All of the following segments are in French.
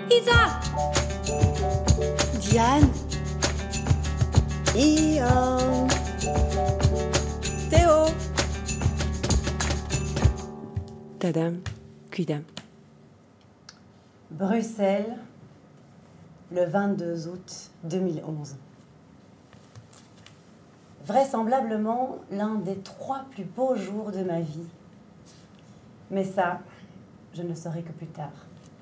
Isa! Diane? Ian! Théo! Tadam, cuidam. Bruxelles, le 22 août 2011. Vraisemblablement l'un des 3 plus beaux jours de ma vie. Mais ça, je ne le saurai que plus tard.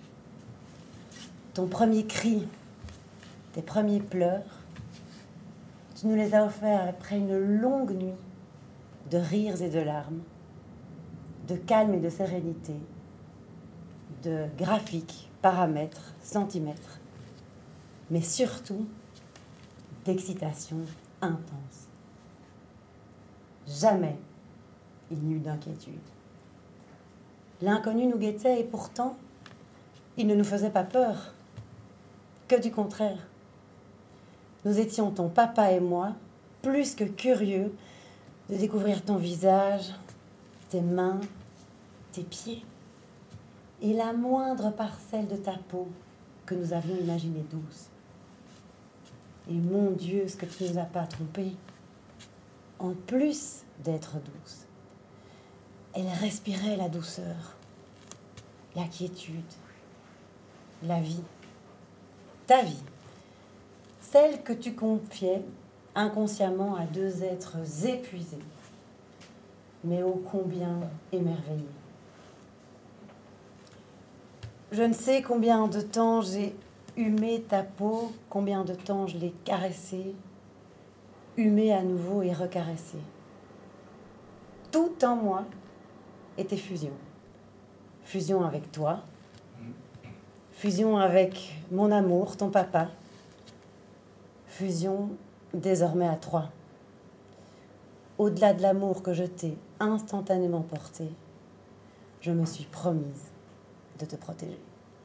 Ton premier cri, tes premiers pleurs, tu nous les as offerts après une longue nuit de rires et de larmes, de calme et de sérénité, de graphiques, paramètres, centimètres, mais surtout d'excitation intense. Jamais il n'y eut d'inquiétude. L'inconnu nous guettait et pourtant, il ne nous faisait pas peur, que du contraire. Nous étions, ton papa et moi, plus que curieux de découvrir ton visage, tes mains, tes pieds et la moindre parcelle de ta peau que nous avions imaginée douce. Et mon Dieu, ce que tu ne nous as pas trompé. En plus d'être douce, elle respirait la douceur, la quiétude, la vie, ta vie, celle que tu confiais inconsciemment à 2 êtres épuisés, mais ô combien émerveillés. Je ne sais combien de temps j'ai humé ta peau, combien de temps je l'ai caressée, humé à nouveau et recaressée. Tout en moi était fusion. Fusion avec toi, fusion avec mon amour, ton papa, fusion désormais à 3. Au-delà de l'amour que je t'ai instantanément porté, je me suis promise de te protéger.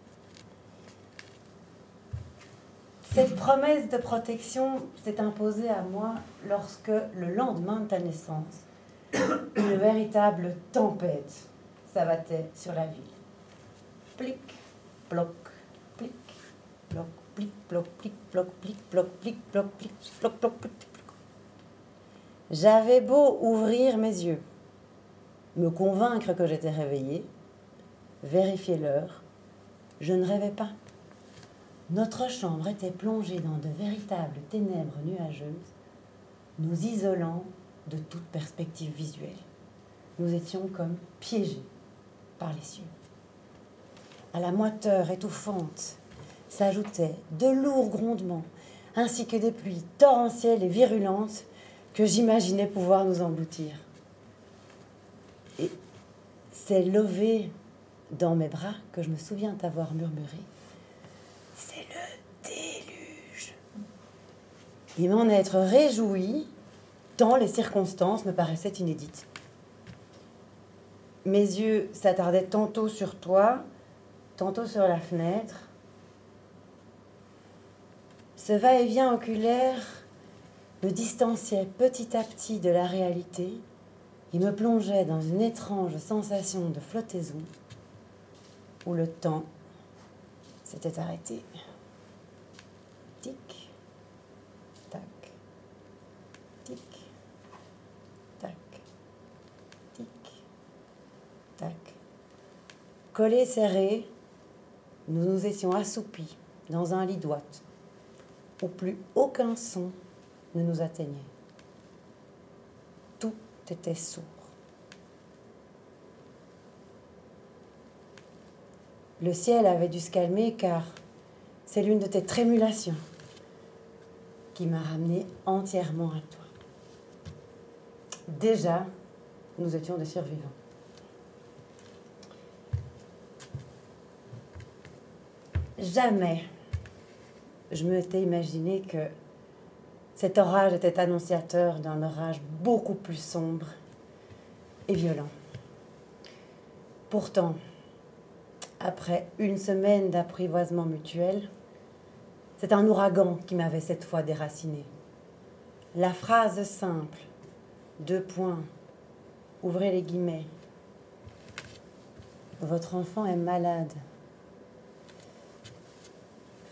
Cette promesse de protection s'est imposée à moi lorsque, le lendemain de ta naissance, une véritable tempête s'abattait sur la ville. Plic, ploc, plic, ploc, plic, ploc, plic, ploc, plic, ploc, plic, ploc, plic, ploc, ploc, plic, ploc. J'avais beau ouvrir mes yeux, me convaincre que j'étais réveillée, vérifier l'heure, je ne rêvais pas. Notre chambre était plongée dans de véritables ténèbres nuageuses, nous isolant de toute perspective visuelle. Nous étions comme piégés par les cieux. À la moiteur étouffante s'ajoutaient de lourds grondements, ainsi que des pluies torrentielles et virulentes que j'imaginais pouvoir nous engloutir. Et c'est levé dans mes bras que je me souviens t'avoir murmuré: c'est le déluge. Et m'en être réjoui, tant les circonstances me paraissaient inédites. Mes yeux s'attardaient tantôt sur toi, tantôt sur la fenêtre. Ce va-et-vient oculaire me distanciait petit à petit de la réalité et me plongeait dans une étrange sensation de flottaison où le temps s'était arrêté. Tic, tac, tic, tac, tic, tac. Collés serrés, nous nous étions assoupis dans un lit d'ouate où plus aucun son ne nous atteignait. Tout était sourd. Le ciel avait dû se calmer car c'est l'une de tes trémulations qui m'a ramené entièrement à toi. Déjà, nous étions des survivants. Jamais je m'étais imaginé que cet orage était annonciateur d'un orage beaucoup plus sombre et violent. Pourtant, après une semaine d'apprivoisement mutuel, c'est un ouragan qui m'avait cette fois déraciné. La phrase simple, 2 points, ouvrez les guillemets, votre enfant est malade,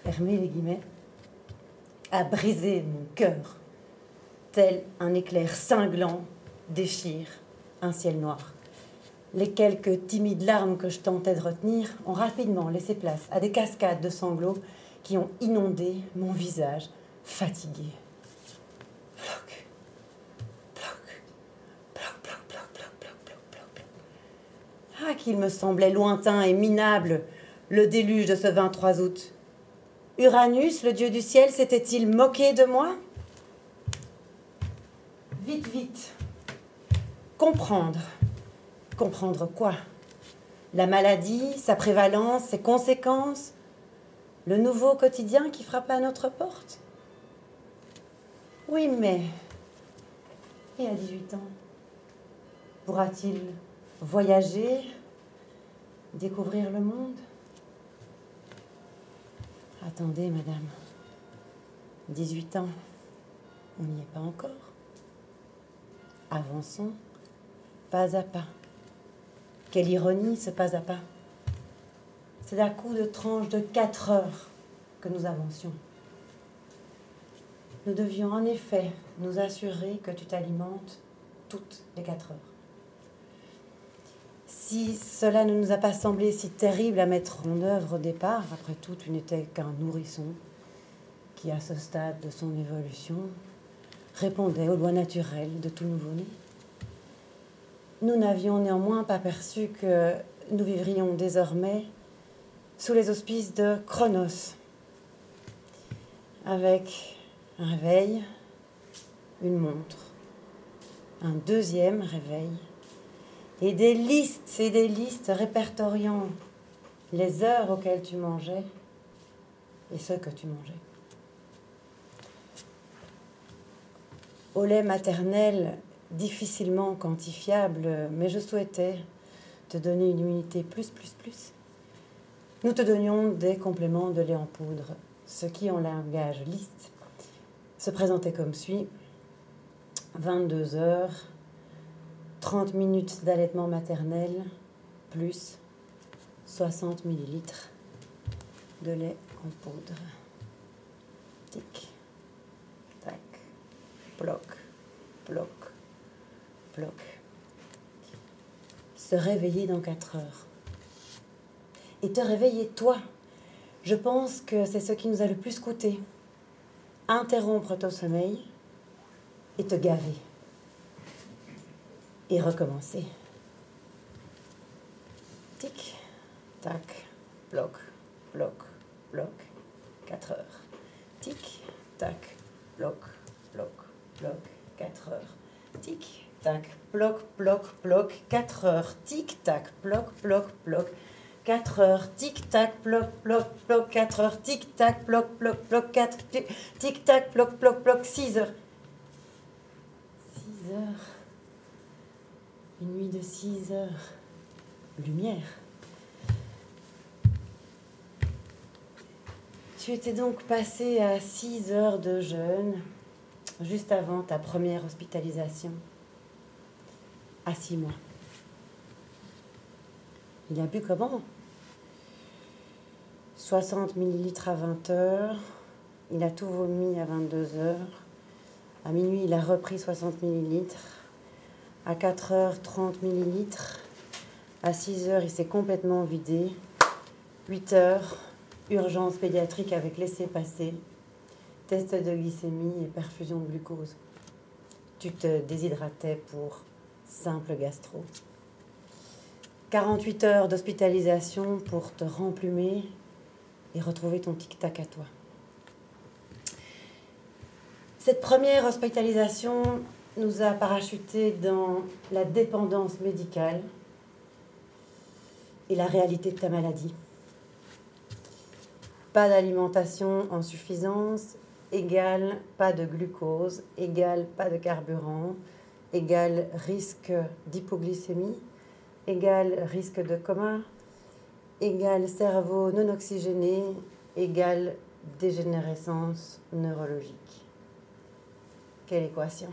fermez les guillemets, a brisé mon cœur, tel un éclair cinglant déchire un ciel noir. Les quelques timides larmes que je tentais de retenir ont rapidement laissé place à des cascades de sanglots qui ont inondé mon visage fatigué. Ploc, ploc, ploc, ploc, ploc, ploc, ploc, ploc, ploc, ploc. Ah, qu'il me semblait lointain et minable le déluge de ce 23 août. Uranus, le dieu du ciel, s'était-il moqué de moi ? Vite, vite. Comprendre. Comprendre quoi ? La maladie, sa prévalence, ses conséquences, le nouveau quotidien qui frappe à notre porte ? Oui, mais... Et à 18 ans, pourra-t-il voyager, découvrir le monde ? Attendez, madame. 18 ans, on n'y est pas encore. Avançons, pas à pas. Quelle ironie, ce pas à pas. C'est à coup de tranches de 4 heures que nous avancions. Nous devions en effet nous assurer que tu t'alimentes toutes les 4 heures. Si cela ne nous a pas semblé si terrible à mettre en œuvre au départ, après tout, tu n'étais qu'un nourrisson qui, à ce stade de son évolution, répondait aux lois naturelles de tout nouveau-né. Nous n'avions néanmoins pas perçu que nous vivrions désormais sous les auspices de Chronos, avec un réveil, une montre, un deuxième réveil, et des listes répertoriant les heures auxquelles tu mangeais et ce que tu mangeais. Au lait maternel, difficilement quantifiable, mais je souhaitais te donner une immunité plus. Nous te donnions des compléments de lait en poudre, ce qui, en langage liste, se présentait comme suit. 22 heures, 30 minutes d'allaitement maternel, plus 60 millilitres de lait en poudre. Tic, tac, ploc, ploc, ploc. Se réveiller dans 4 heures. Et te réveiller toi. Je pense que c'est ce qui nous a le plus coûté. Interrompre ton sommeil et te gaver. Et recommencer. Tic, tac, ploc, ploc, ploc, 4 heures. Tic, tac, ploc, ploc, ploc, 4 heures. Tic, tac, ploc, ploc, ploc, 4 heures. Tic, tac, ploc, ploc, ploc, 4 heures. Tic, tac, ploc, ploc, ploc, 4 heures. Tic, tac, ploc, ploc, ploc, 4. Tic, tac, ploc, ploc, ploc, 6 heures. 6 heures. Une nuit de 6 heures. Lumière. Tu étais donc passé à 6 heures de jeûne, juste avant ta première hospitalisation, à 6 mois. Il a bu comment ? 60 millilitres à 20 heures, il a tout vomi à 22 heures, à minuit il a repris 60 millilitres, à 4 heures 30 millilitres, à 6 heures il s'est complètement vidé, 8 heures, urgence pédiatrique avec laissez-passer, test de glycémie et perfusion de glucose. Tu te déshydratais pour simple gastro. 48 heures d'hospitalisation pour te remplumer et retrouver ton tic-tac à toi. Cette première hospitalisation nous a parachuté dans la dépendance médicale et la réalité de ta maladie. Pas d'alimentation en suffisance, égale pas de glucose, égale pas de carburant, égale risque d'hypoglycémie, égale risque de coma, égale cerveau non oxygéné, égale dégénérescence neurologique. Quelle équation!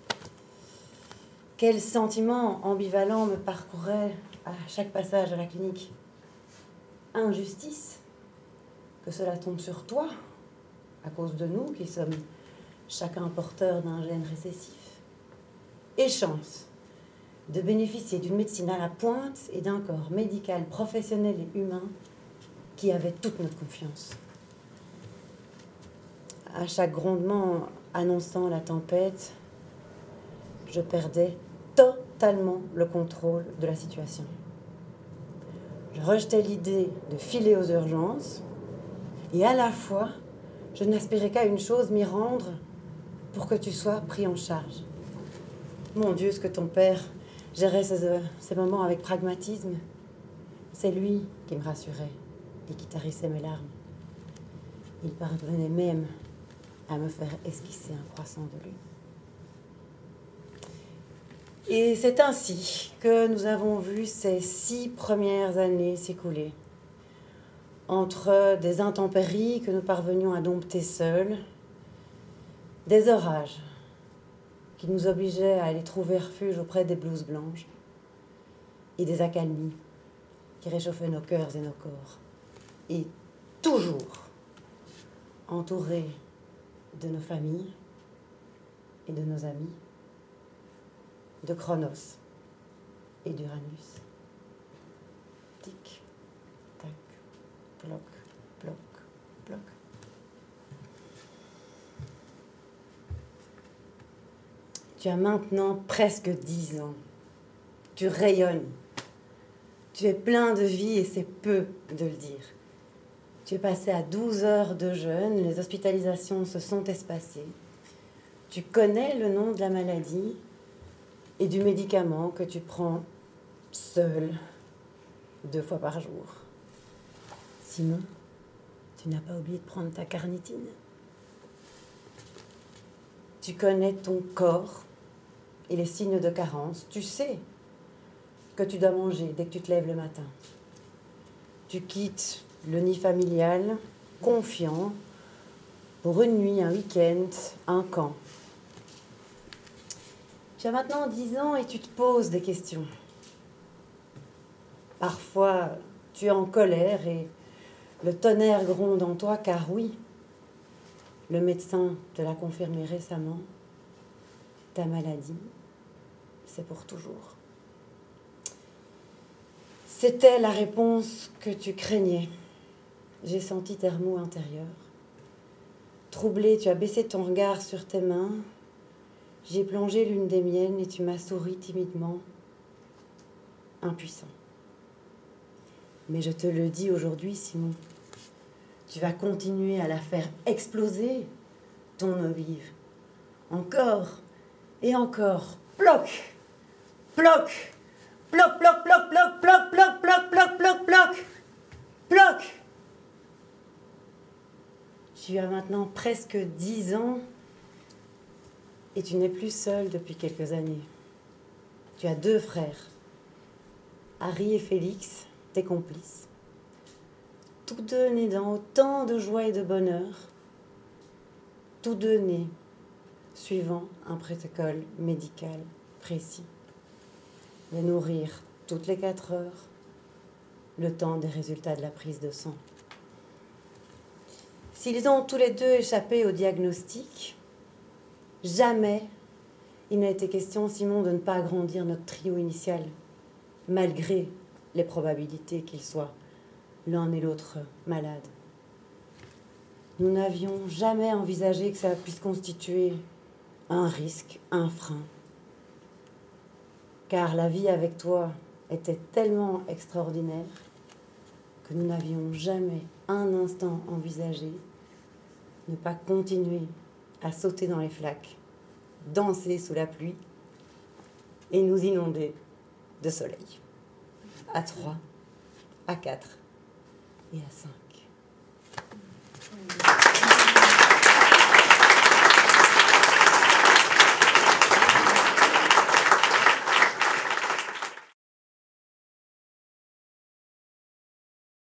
Quel sentiment ambivalent me parcourait à chaque passage à la clinique. Injustice que cela tombe sur toi, à cause de nous qui sommes chacun porteur d'un gène récessif. Et chance de bénéficier d'une médecine à la pointe et d'un corps médical, professionnel et humain qui avait toute notre confiance. À chaque grondement annonçant la tempête, je perdais totalement le contrôle de la situation. Je rejetais l'idée de filer aux urgences et à la fois, je n'aspirais qu'à une chose, m'y rendre pour que tu sois pris en charge. Mon Dieu, ce que ton père gérait ces moments avec pragmatisme. C'est lui qui me rassurait et qui tarissait mes larmes. Il parvenait même à me faire esquisser un croissant de lune. Et c'est ainsi que nous avons vu ces 6 premières années s'écouler. Entre des intempéries que nous parvenions à dompter seuls, des orages qui nous obligeaient à aller trouver refuge auprès des blouses blanches, et des accalmies qui réchauffaient nos cœurs et nos corps. Et toujours entourés de nos familles et de nos amis, de Chronos et d'Uranus. Tic, tac, bloc, bloc, bloc. Tu as maintenant presque 10 ans. Tu rayonnes. Tu es plein de vie et c'est peu de le dire. Tu es passé à 12 heures de jeûne, les hospitalisations se sont espacées. Tu connais le nom de la maladie et du médicament que tu prends seul 2 fois par jour. Simon, tu n'as pas oublié de prendre ta carnitine. Tu connais ton corps et les signes de carence. Tu sais que tu dois manger dès que tu te lèves le matin. Tu quittes le nid familial, confiant, pour une nuit, un week-end, un camp. Tu as maintenant 10 ans et tu te poses des questions. Parfois, tu es en colère et le tonnerre gronde en toi, car oui, le médecin te l'a confirmé récemment, ta maladie, c'est pour toujours. C'était la réponse que tu craignais. J'ai senti tes remous intérieurs. Troublé, tu as baissé ton regard sur tes mains. J'ai plongé l'une des miennes et tu m'as souri timidement, impuissant. Mais je te le dis aujourd'hui, Simon, tu vas continuer à la faire exploser, ton eau vive. Encore et encore. Ploc, ploc, ploc, ploc, ploc, ploc, ploc, ploc, ploc, ploc, ploc, ploc, ploc. Tu as maintenant presque 10 ans et tu n'es plus seul depuis quelques années. Tu as 2 frères, Harry et Félix, tes complices. Tous 2 nés dans autant de joie et de bonheur. Tous 2 nés suivant un protocole médical précis. Les nourrir toutes les 4 heures, le temps des résultats de la prise de sang. S'ils ont tous les 2 échappé au diagnostic, jamais il n'a été question, Simon, de ne pas agrandir notre trio initial, malgré les probabilités qu'ils soient l'un et l'autre malades. Nous n'avions jamais envisagé que ça puisse constituer un risque, un frein. Car la vie avec toi était tellement extraordinaire que nous n'avions jamais un instant envisagé ne pas continuer à sauter dans les flaques, danser sous la pluie et nous inonder de soleil. À 3, à 4 et à 5.